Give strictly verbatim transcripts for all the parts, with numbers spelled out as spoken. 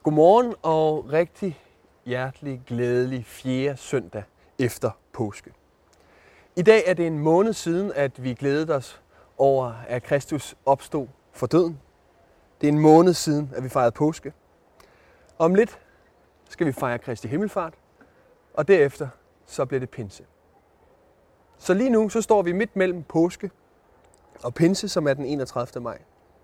Godmorgen og rigtig hjertelig glædelig fjerde søndag efter påske. I dag er det en måned siden, at vi glædede os over, at Kristus opstod fra døden. Det er en måned siden, at vi fejrede påske. Om lidt skal vi fejre Kristi himmelfart, og derefter så bliver det pinse. Så lige nu så står vi midt mellem påske og pinse, som er den enogtredivte maj.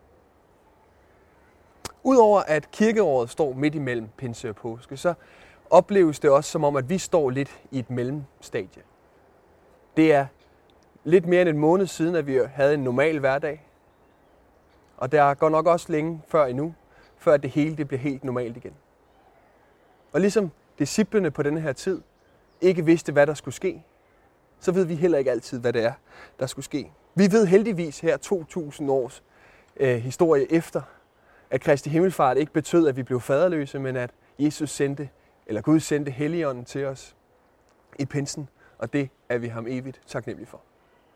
Udover at kirkeåret står midt imellem pinse og påske, så opleves det også som om, at vi står lidt i et mellemstadie. Det er lidt mere end en måned siden, at vi havde en normal hverdag. Og der går nok også længe før endnu, før det hele det bliver helt normalt igen. Og ligesom disciplene på denne her tid ikke vidste, hvad der skulle ske, så ved vi heller ikke altid, hvad det er, der skulle ske. Vi ved heldigvis her to tusind års øh, historie efter, at Kristi himmelfart ikke betød, at vi blev faderløse, men at Jesus sendte, eller Gud sendte Helligånden til os i pinsen, og det er vi ham evigt taknemmelige for.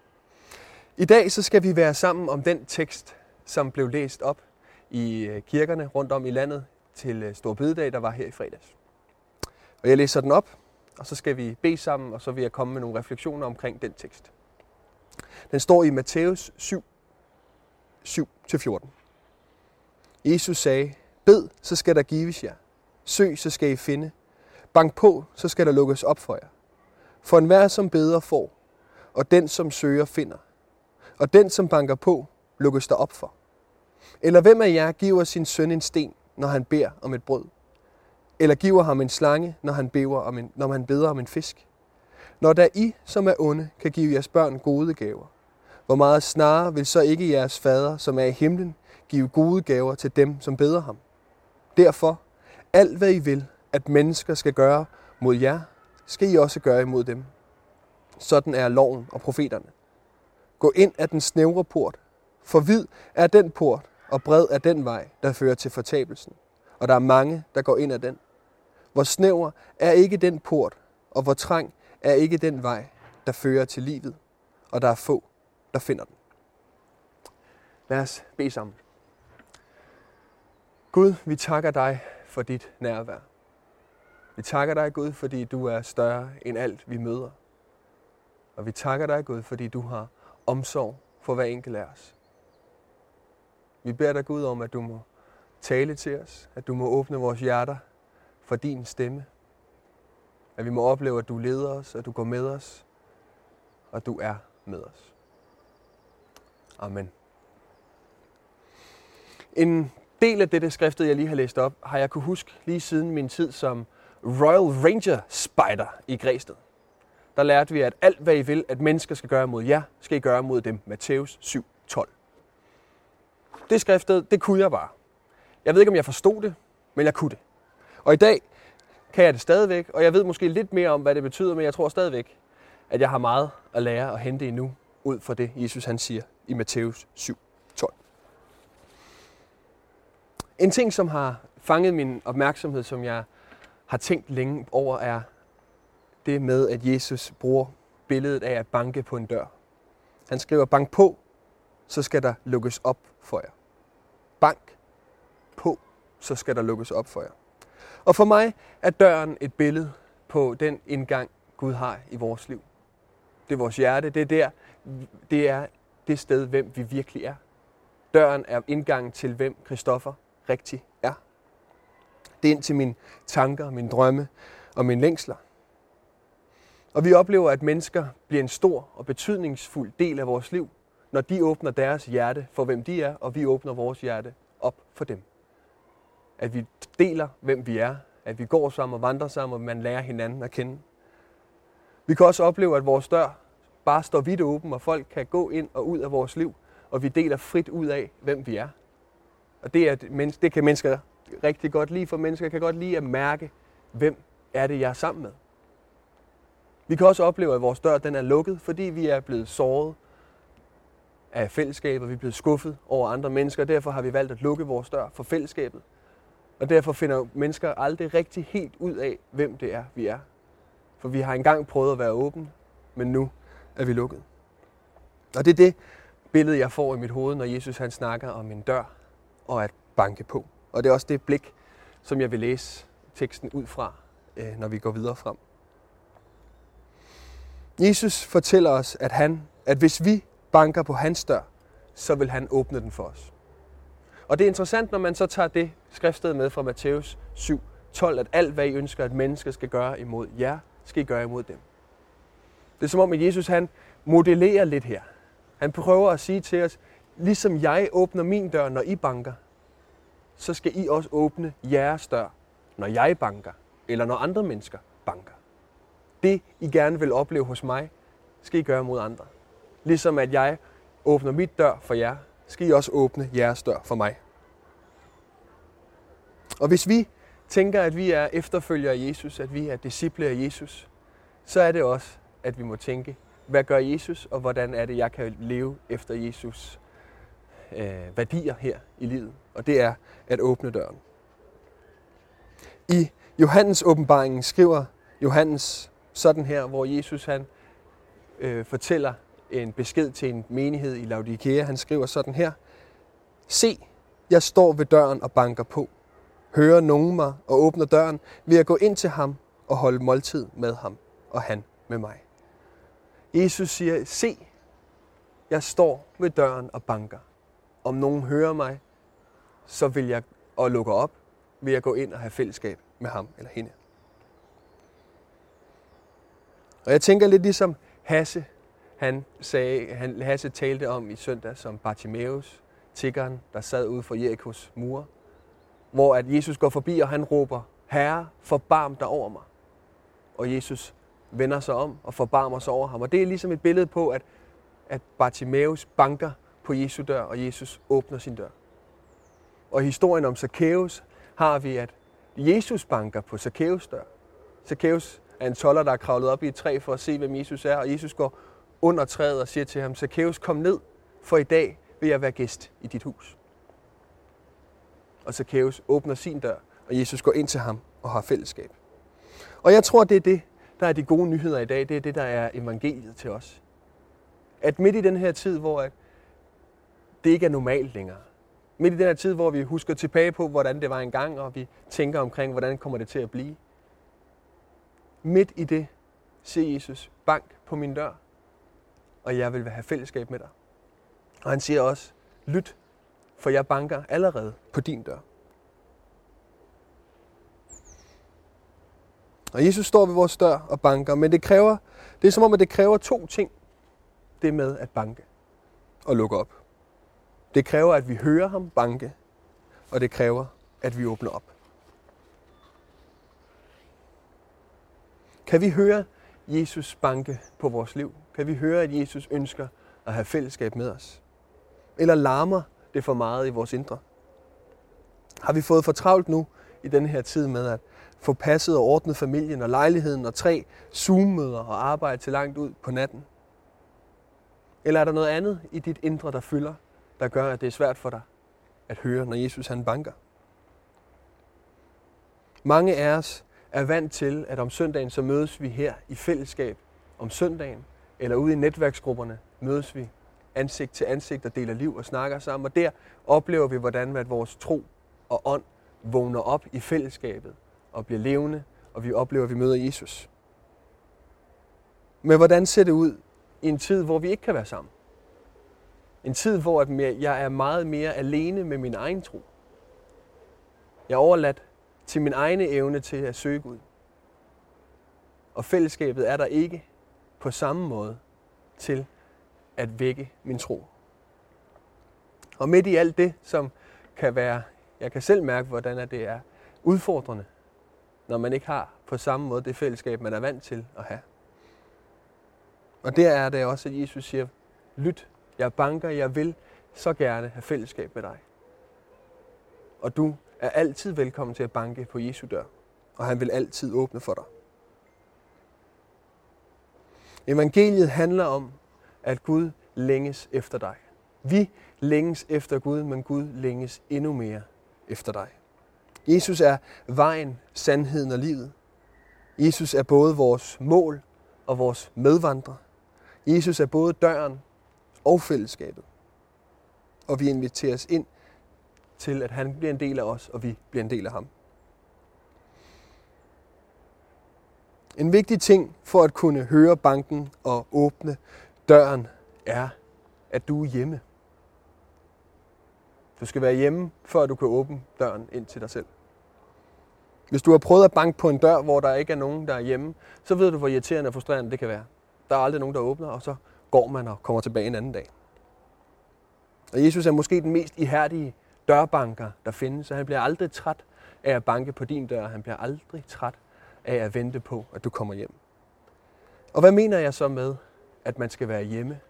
I dag så skal vi være sammen om den tekst, som blev læst op i kirkerne rundt om i landet til Store Bededag, der var her i fredags. Og jeg læser den op, og så skal vi bede sammen, og så vil jeg komme med nogle refleksioner omkring den tekst. Den står i Matthæus syv, syv til fjorten. Jesus sagde, bed, så skal der gives jer. Søg, så skal I finde. Bank på, så skal der lukkes op for jer. For enhver, som beder, får, og den, som søger, finder. Og den, som banker på, lukkes der op for. Eller hvem af jer giver sin søn en sten, når han beder om et brød? Eller giver ham en slange, når han, beder om en, når han beder om en fisk? Når der I, som er onde, kan give jeres børn gode gaver, hvor meget snarere vil så ikke jeres fader, som er i himlen, give gode gaver til dem, som beder ham. Derfor, alt hvad I vil, at mennesker skal gøre mod jer, skal I også gøre imod dem. Sådan er loven og profeterne. Gå ind ad den snævre port, for vid er den port, og bred er den vej, der fører til fortabelsen. Og der er mange, der går ind ad den. Hvor snæver er ikke den port, og hvor trang er ikke den vej, der fører til livet, og der er få, der finder den. Lad os bede sammen. Gud, vi takker dig for dit nærvær. Vi takker dig, Gud, fordi du er større end alt, vi møder. Og vi takker dig, Gud, fordi du har omsorg for hver enkelt af os. Vi beder dig, Gud, om, at du må tale til os, at du må åbne vores hjerter for din stemme. At vi må opleve, at du leder os, at du går med os, og at du er med os. Amen. En del af dette skriftet, jeg lige har læst op, har jeg kunne huske lige siden min tid som Royal Ranger Spider i Græsted. Der lærte vi, at alt hvad I vil, at mennesker skal gøre mod jer, skal I gøre mod dem. Matthæus syv tolv. Det skriftet, det kunne jeg bare. Jeg ved ikke, om jeg forstod det, men jeg kunne det. Og i dag kan jeg det stadigvæk, og jeg ved måske lidt mere om, hvad det betyder, men jeg tror stadigvæk, at jeg har meget at lære og hente endnu, ud fra det, Jesus han siger i Matthæus syv tolv. En ting, som har fanget min opmærksomhed, som jeg har tænkt længe over, er det med, at Jesus bruger billedet af at banke på en dør. Han skriver, bank på, så skal der lukkes op for jer. Bank på, så skal der lukkes op for jer. Og for mig er døren et billede på den indgang, Gud har i vores liv. Det er vores hjerte, det er der, det er det sted, hvem vi virkelig er. Døren er indgangen til, hvem Kristoffer rigtig er. Det er ind til mine tanker, mine drømme og mine længsler. Og vi oplever, at mennesker bliver en stor og betydningsfuld del af vores liv, når de åbner deres hjerte for, hvem de er, og vi åbner vores hjerte op for dem. At vi deler, hvem vi er, at vi går sammen og vandrer sammen, og man lærer hinanden at kende. Vi kan også opleve, at vores dør bare står vidt åben, og folk kan gå ind og ud af vores liv, og vi deler frit ud af, hvem vi er. Og det, er, det kan mennesker rigtig godt lide, for mennesker kan godt lide at mærke, hvem er det, jeg er sammen med. Vi kan også opleve, at vores dør den er lukket, fordi vi er blevet såret af fællesskabet, vi er blevet skuffet over andre mennesker, og derfor har vi valgt at lukke vores dør for fællesskabet. Og derfor finder mennesker aldrig rigtig helt ud af, hvem det er, vi er. For vi har engang prøvet at være åbne, men nu er vi lukket. Og det er det billede, jeg får i mit hoved, når Jesus han snakker om en dør og at banke på. Og det er også det blik, som jeg vil læse teksten ud fra, når vi går videre frem. Jesus fortæller os, at, han, at hvis vi banker på hans dør, så vil han åbne den for os. Og det er interessant, når man så tager det skriftsted med fra Matthæus syv tolv, at alt, hvad I ønsker, at mennesker skal gøre imod jer, skal I gøre imod dem. Det er som om, at Jesus han modellerer lidt her. Han prøver at sige til os, ligesom jeg åbner min dør, når I banker, så skal I også åbne jeres dør, når jeg banker, eller når andre mennesker banker. Det, I gerne vil opleve hos mig, skal I gøre mod andre. Ligesom at jeg åbner mit dør for jer, skal I også åbne jeres dør for mig. Og hvis vi tænker, at vi er efterfølgere af Jesus, at vi er disciple af Jesus, så er det også, at vi må tænke, hvad gør Jesus, og hvordan er det, jeg kan leve efter Jesus øh, værdier her i livet. Og det er at åbne døren. I Johannes åbenbaringen skriver Johannes sådan her, hvor Jesus han øh, fortæller en besked til en menighed i Laodikea. Han skriver sådan her: Se, jeg står ved døren og banker på. Hører nogen mig og åbner døren, vil jeg gå ind til ham og holde måltid med ham, og han med mig. Jesus siger, se, jeg står ved døren og banker. Om nogen hører mig, så vil jeg og lukker op, vil jeg gå ind og have fællesskab med ham eller hende. Og jeg tænker lidt ligesom Hasse, han sagde, han, Hasse talte om i søndag som Bartimaeus, tiggeren, der sad ude for Jerikos mure, hvor at Jesus går forbi, og han råber, Herre, forbarm dig over mig. Og Jesus vender sig om og forbarmer sig over ham. Og det er ligesom et billede på, at, at Bartimaeus banker på Jesu dør, og Jesus åbner sin dør. Og i historien om Zacchaeus har vi, at Jesus banker på Zacchaeus dør. Zacchaeus er en toller, der er kravlet op i et træ for at se, hvem Jesus er, og Jesus går under træet og siger til ham, Zacchaeus, kom ned, for i dag vil jeg være gæst i dit hus. Og Zacchaeus åbner sin dør, og Jesus går ind til ham og har fællesskab. Og jeg tror, det er det, der er de gode nyheder i dag. Det er det, der er evangeliet til os. At midt i den her tid, hvor det ikke er normalt længere, midt i den her tid, hvor vi husker tilbage på, hvordan det var engang, og vi tænker omkring, hvordan kommer det til at blive. Midt i det siger Jesus, bank på min dør, og jeg vil have fællesskab med dig. Og han siger også, lyt, for jeg banker allerede på din dør. Og Jesus står ved vores dør og banker, men det kræver, det er som om, at det kræver to ting, det med at banke og lukke op. Det kræver, at vi hører ham banke, og det kræver, at vi åbner op. Kan vi høre Jesus banke på vores liv? Kan vi høre, at Jesus ønsker at have fællesskab med os? Eller larmer det for meget i vores indre? Har vi fået for travlt nu i denne her tid med at få passet og ordnet familien og lejligheden og tre Zoom-møder og arbejde til langt ud på natten? Eller er der noget andet i dit indre, der fylder, der gør, at det er svært for dig at høre, når Jesus han banker? Mange af os er vant til, at om søndagen så mødes vi her i fællesskab om søndagen, eller ude i netværksgrupperne mødes vi ansigt til ansigt og deler liv og snakker sammen. Og der oplever vi, hvordan at vores tro og ånd vågner op i fællesskabet og bliver levende, og vi oplever, at vi møder Jesus. Men hvordan ser det ud i en tid, hvor vi ikke kan være sammen? En tid, hvor jeg er meget mere alene med min egen tro. Jeg er overladt til min egen evne til at søge Gud. Og fællesskabet er der ikke på samme måde til at vække min tro. Og midt i alt det, som kan være, jeg kan selv mærke, hvordan det er udfordrende, når man ikke har på samme måde det fællesskab, man er vant til at have. Og der er det også, at Jesus siger, lyt, jeg banker, jeg vil så gerne have fællesskab med dig. Og du er altid velkommen til at banke på Jesu dør, og han vil altid åbne for dig. Evangeliet handler om, at Gud længes efter dig. Vi længes efter Gud, men Gud længes endnu mere efter dig. Jesus er vejen, sandheden og livet. Jesus er både vores mål og vores medvandrer. Jesus er både døren og fællesskabet. Og vi inviteres ind til, at han bliver en del af os, og vi bliver en del af ham. En vigtig ting for at kunne høre banken og åbne døren er, at du er hjemme. Du skal være hjemme, før du kan åbne døren ind til dig selv. Hvis du har prøvet at banke på en dør, hvor der ikke er nogen, der er hjemme, så ved du, hvor irriterende og frustrerende det kan være. Der er aldrig nogen, der åbner, og så går man og kommer tilbage en anden dag. Og Jesus er måske den mest ihærdige dørbanker, der findes, så han bliver aldrig træt af at banke på din dør. Han bliver aldrig træt af at vente på, at du kommer hjem. Og hvad mener jeg så med, at man skal være hjemme?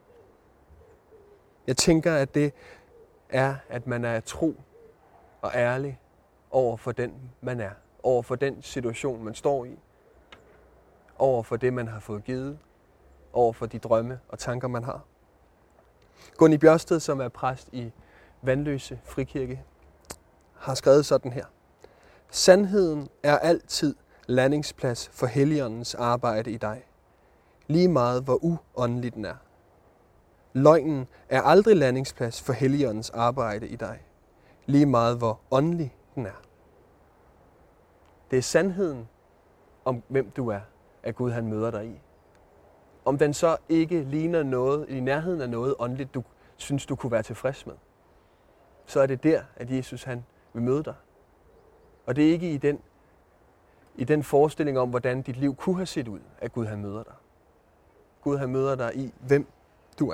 Jeg tænker, at det er, at man er tro og ærlig over for den, man er. Over for den situation, man står i. Over for det, man har fået givet. Over for de drømme og tanker, man har. Gunni Bjørsted, som er præst i Vandløse Frikirke, har skrevet sådan her. Sandheden er altid landingsplads for Helligåndens arbejde i dig. Lige meget hvor uåndelig den er. Løgnen er aldrig landingsplads for Helligåndens arbejde i dig. Lige meget hvor åndelig den er. Det er sandheden om hvem du er, at Gud han møder dig i. Om den så ikke ligner noget, i nærheden af noget åndeligt, du synes, du kunne være tilfreds med, så er det der, at Jesus han vil møde dig. Og det er ikke i den, i den forestilling om, hvordan dit liv kunne have set ud, at Gud han møder dig. Gud han møder dig i, hvem du er.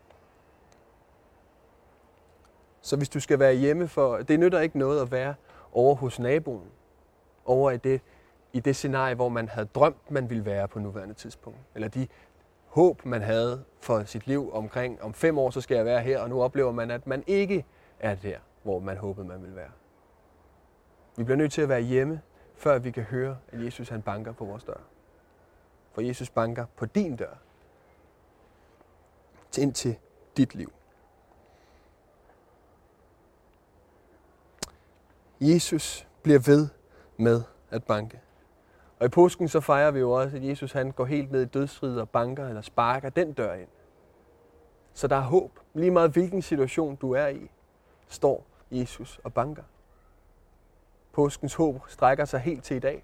Så hvis du skal være hjemme for, det nytter ikke noget at være over hos naboen, over i det, i det scenarie, hvor man havde drømt, man ville være på nuværende tidspunkt. Eller de håb, man havde for sit liv omkring, om fem år, så skal jeg være her, og nu oplever man, at man ikke er der, hvor man håbede, man ville være. Vi bliver nødt til at være hjemme, før vi kan høre, at Jesus han banker på vores dør. For Jesus banker på din dør, ind til dit liv. Jesus bliver ved med at banke. Og i påsken så fejrer vi jo også, at Jesus han går helt ned i dødsriget og banker eller sparker den dør ind. Så der er håb. Lige meget hvilken situation du er i, står Jesus og banker. Påskens håb strækker sig helt til i dag.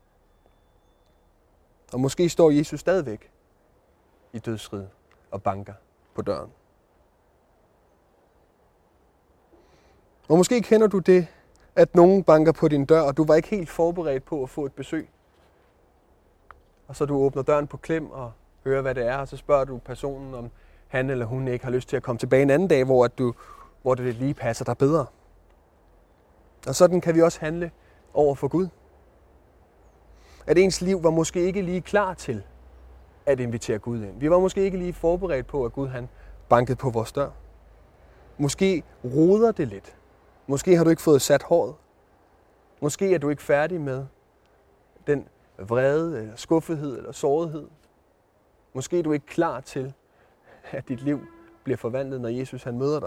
Og måske står Jesus stadigvæk i dødsriget og banker på døren. Og måske kender du det, at nogen banker på din dør, og du var ikke helt forberedt på at få et besøg. Og så du åbner døren på klem og hører, hvad det er, og så spørger du personen, om han eller hun ikke har lyst til at komme tilbage en anden dag, hvor, at du, hvor det lige passer dig bedre. Og sådan kan vi også handle over for Gud. At ens liv var måske ikke lige klar til at invitere Gud ind. Vi var måske ikke lige forberedt på, at Gud han bankede på vores dør. Måske roder det lidt. Måske har du ikke fået sat håret. Måske er du ikke færdig med den vrede, eller skuffethed, eller sårighed. Måske er du ikke klar til, at dit liv bliver forvandlet, når Jesus han møder dig.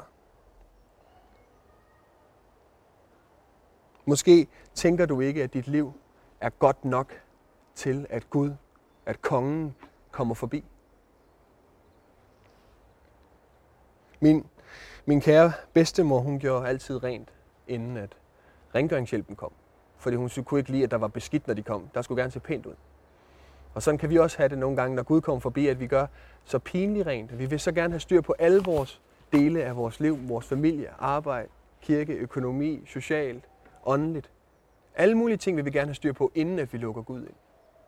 Måske tænker du ikke, at dit liv er godt nok til, at Gud, at kongen kommer forbi. Min, min kære bedstemor, hun gjorde altid rent, inden at rengøringshjælpen kom. Fordi hun kunne ikke lide, at der var beskidt, når de kom. Der skulle gerne se pænt ud. Og sådan kan vi også have det nogle gange, når Gud kommer forbi, at vi gør så pinligt rent. Vi vil så gerne have styr på alle vores dele af vores liv, vores familie, arbejde, kirke, økonomi, socialt, åndeligt. Alle mulige ting vil vi gerne have styr på, inden at vi lukker Gud ind.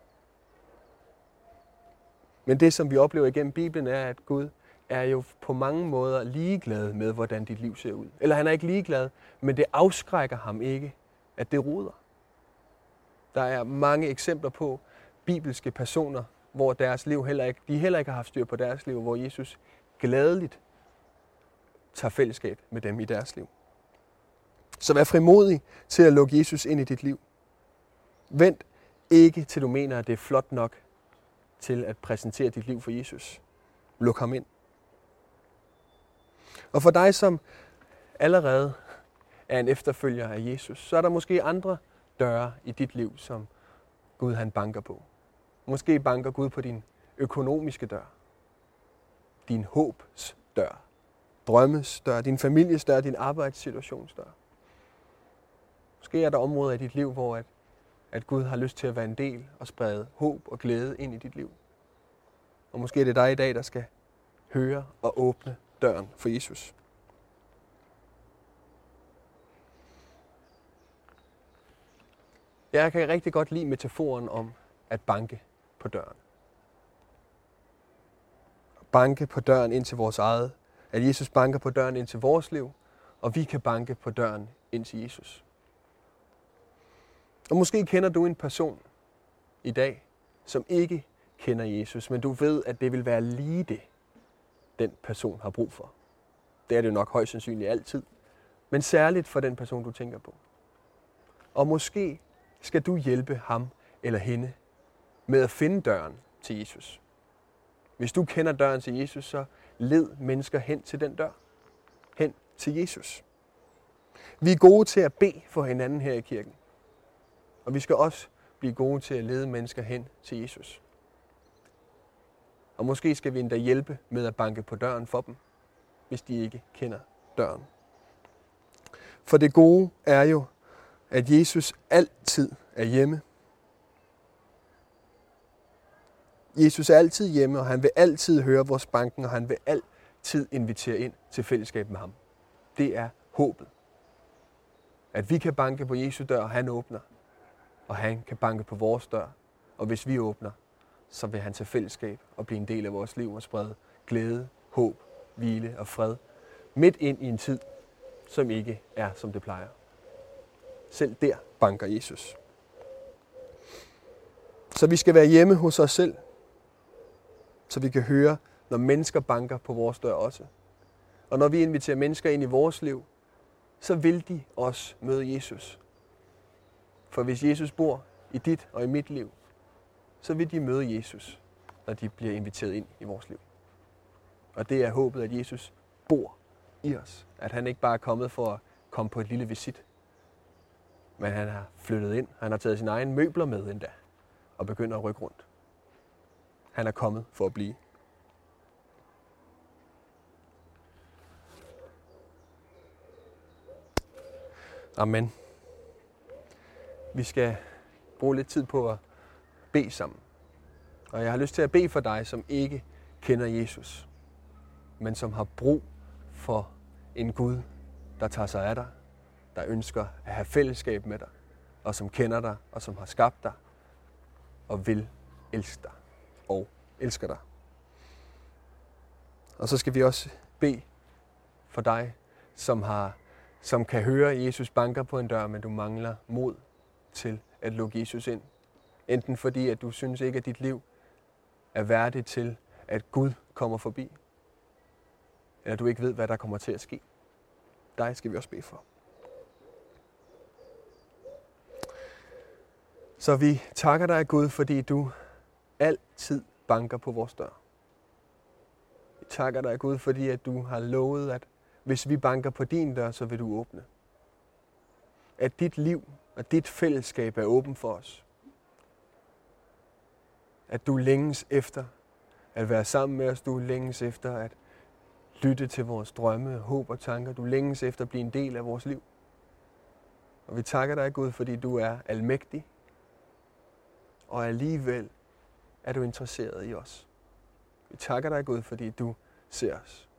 Men det, som vi oplever igennem Bibelen, er, at Gud er jo på mange måder ligeglad med, hvordan dit liv ser ud. Eller han er ikke ligeglad, men det afskrækker ham ikke, at det roder. Der er mange eksempler på bibelske personer, hvor deres liv heller ikke, de heller ikke har haft styr på deres liv, hvor Jesus gladeligt tager fællesskab med dem i deres liv. Så vær frimodig til at lukke Jesus ind i dit liv. Vent ikke til du mener, at det er flot nok til at præsentere dit liv for Jesus. Luk ham ind. Og for dig, som allerede er en efterfølger af Jesus, så er der måske andre døre i dit liv, som Gud han banker på. Måske banker Gud på din økonomiske dør, din håbs dør, drømmes dør, din families dør, din arbejdssituations dør. Måske er der områder i dit liv, hvor at at Gud har lyst til at være en del og sprede håb og glæde ind i dit liv. Og måske er det dig i dag, der skal høre og åbne døren for Jesus. Jeg kan rigtig godt lide metaforen om at banke på døren. Banke på døren ind til vores eget. At Jesus banker på døren ind til vores liv, og vi kan banke på døren ind til Jesus. Og måske kender du en person i dag, som ikke kender Jesus, men du ved, at det vil være lige det, den person har brug for. Det er det jo nok højst sandsynligt altid, men særligt for den person, du tænker på. Og måske skal du hjælpe ham eller hende med at finde døren til Jesus. Hvis du kender døren til Jesus, så led mennesker hen til den dør. Hen til Jesus. Vi er gode til at bede for hinanden her i kirken. Og vi skal også blive gode til at lede mennesker hen til Jesus. Og måske skal vi endda hjælpe med at banke på døren for dem, hvis de ikke kender døren. For det gode er jo, at Jesus altid er hjemme. Jesus er altid hjemme, og han vil altid høre vores banken, og han vil altid invitere ind til fællesskab med ham. Det er håbet. At vi kan banke på Jesu dør, og han åbner. Og han kan banke på vores dør. Og hvis vi åbner, så vil han tage fællesskab og blive en del af vores liv og sprede glæde, håb, hvile og fred. Midt ind i en tid, som ikke er, som det plejer. Selv der banker Jesus. Så vi skal være hjemme hos os selv, så vi kan høre, når mennesker banker på vores dør også. Og når vi inviterer mennesker ind i vores liv, så vil de også møde Jesus. For hvis Jesus bor i dit og i mit liv, så vil de møde Jesus, når de bliver inviteret ind i vores liv. Og det er håbet, at Jesus bor i os. At han ikke bare er kommet for at komme på et lille visit, men han har flyttet ind. Han har taget sine egne møbler med endda og begynder at rykke rundt. Han er kommet for at blive. Amen. Vi skal bruge lidt tid på at bede sammen. Og jeg har lyst til at bede for dig, som ikke kender Jesus, men som har brug for en Gud, der tager sig af dig, der ønsker at have fællesskab med dig, og som kender dig, og som har skabt dig, og vil elske dig, og elsker dig. Og så skal vi også bede for dig, som, har, som kan høre, at Jesus banker på en dør, men du mangler mod til at lukke Jesus ind. Enten fordi, at du synes ikke, at dit liv er værdigt til, at Gud kommer forbi, eller du ikke ved, hvad der kommer til at ske. Dig skal vi også bede for. Så vi takker dig, Gud, fordi du altid banker på vores dør. Vi takker dig, Gud, fordi at du har lovet, at hvis vi banker på din dør, så vil du åbne. At dit liv og dit fællesskab er åben for os. At du længes efter at være sammen med os. Du længes efter at lytte til vores drømme, håb og tanker. Du længes efter at blive en del af vores liv. Og vi takker dig, Gud, fordi du er almægtig. Og alligevel er du interesseret i os. Vi takker dig, Gud, fordi du ser os.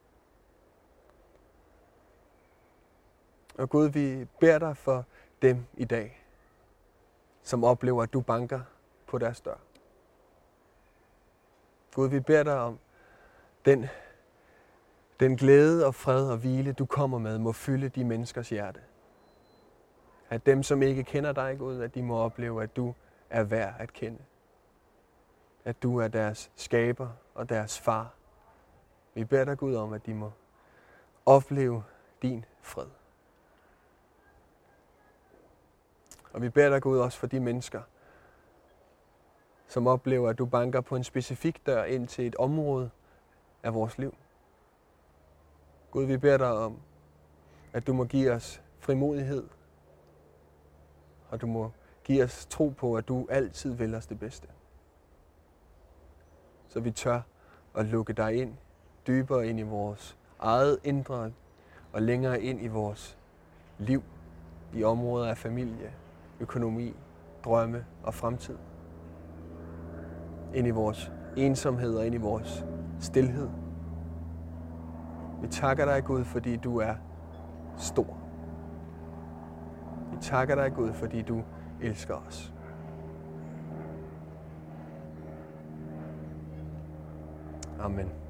Og Gud, vi beder dig for dem i dag, som oplever, at du banker på deres dør. Gud, vi beder dig om den, den glæde og fred og hvile, du kommer med, må fylde de menneskers hjerte. At dem, som ikke kender dig, Gud, at de må opleve, at du er værd at kende. At du er deres skaber og deres far. Vi beder dig, Gud, om, at de må opleve din fred. Og vi beder dig, Gud, også for de mennesker, som oplever, at du banker på en specifik dør ind til et område af vores liv. Gud, vi beder dig om, at du må give os frimodighed, og du må give os tro på, at du altid vil os det bedste. Så vi tør at lukke dig ind, dybere ind i vores eget indre, og længere ind i vores liv, i områder af familie, økonomi, drømme og fremtid. Ind i vores ensomhed og ind i vores stilhed. Vi takker dig, Gud, fordi du er stor. Vi takker dig, Gud, fordi du elsker os. Amen.